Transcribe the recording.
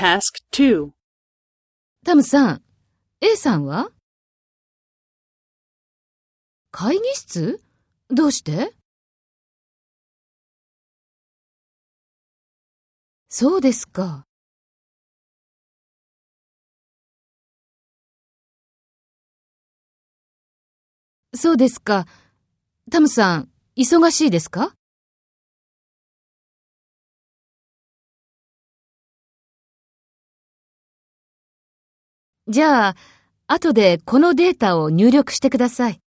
Task 2. タムさん、A さんは？会議室？どうして？そうですか。そうですか。タムさん、忙しいですか？じゃあ、後でこのデータを入力してください。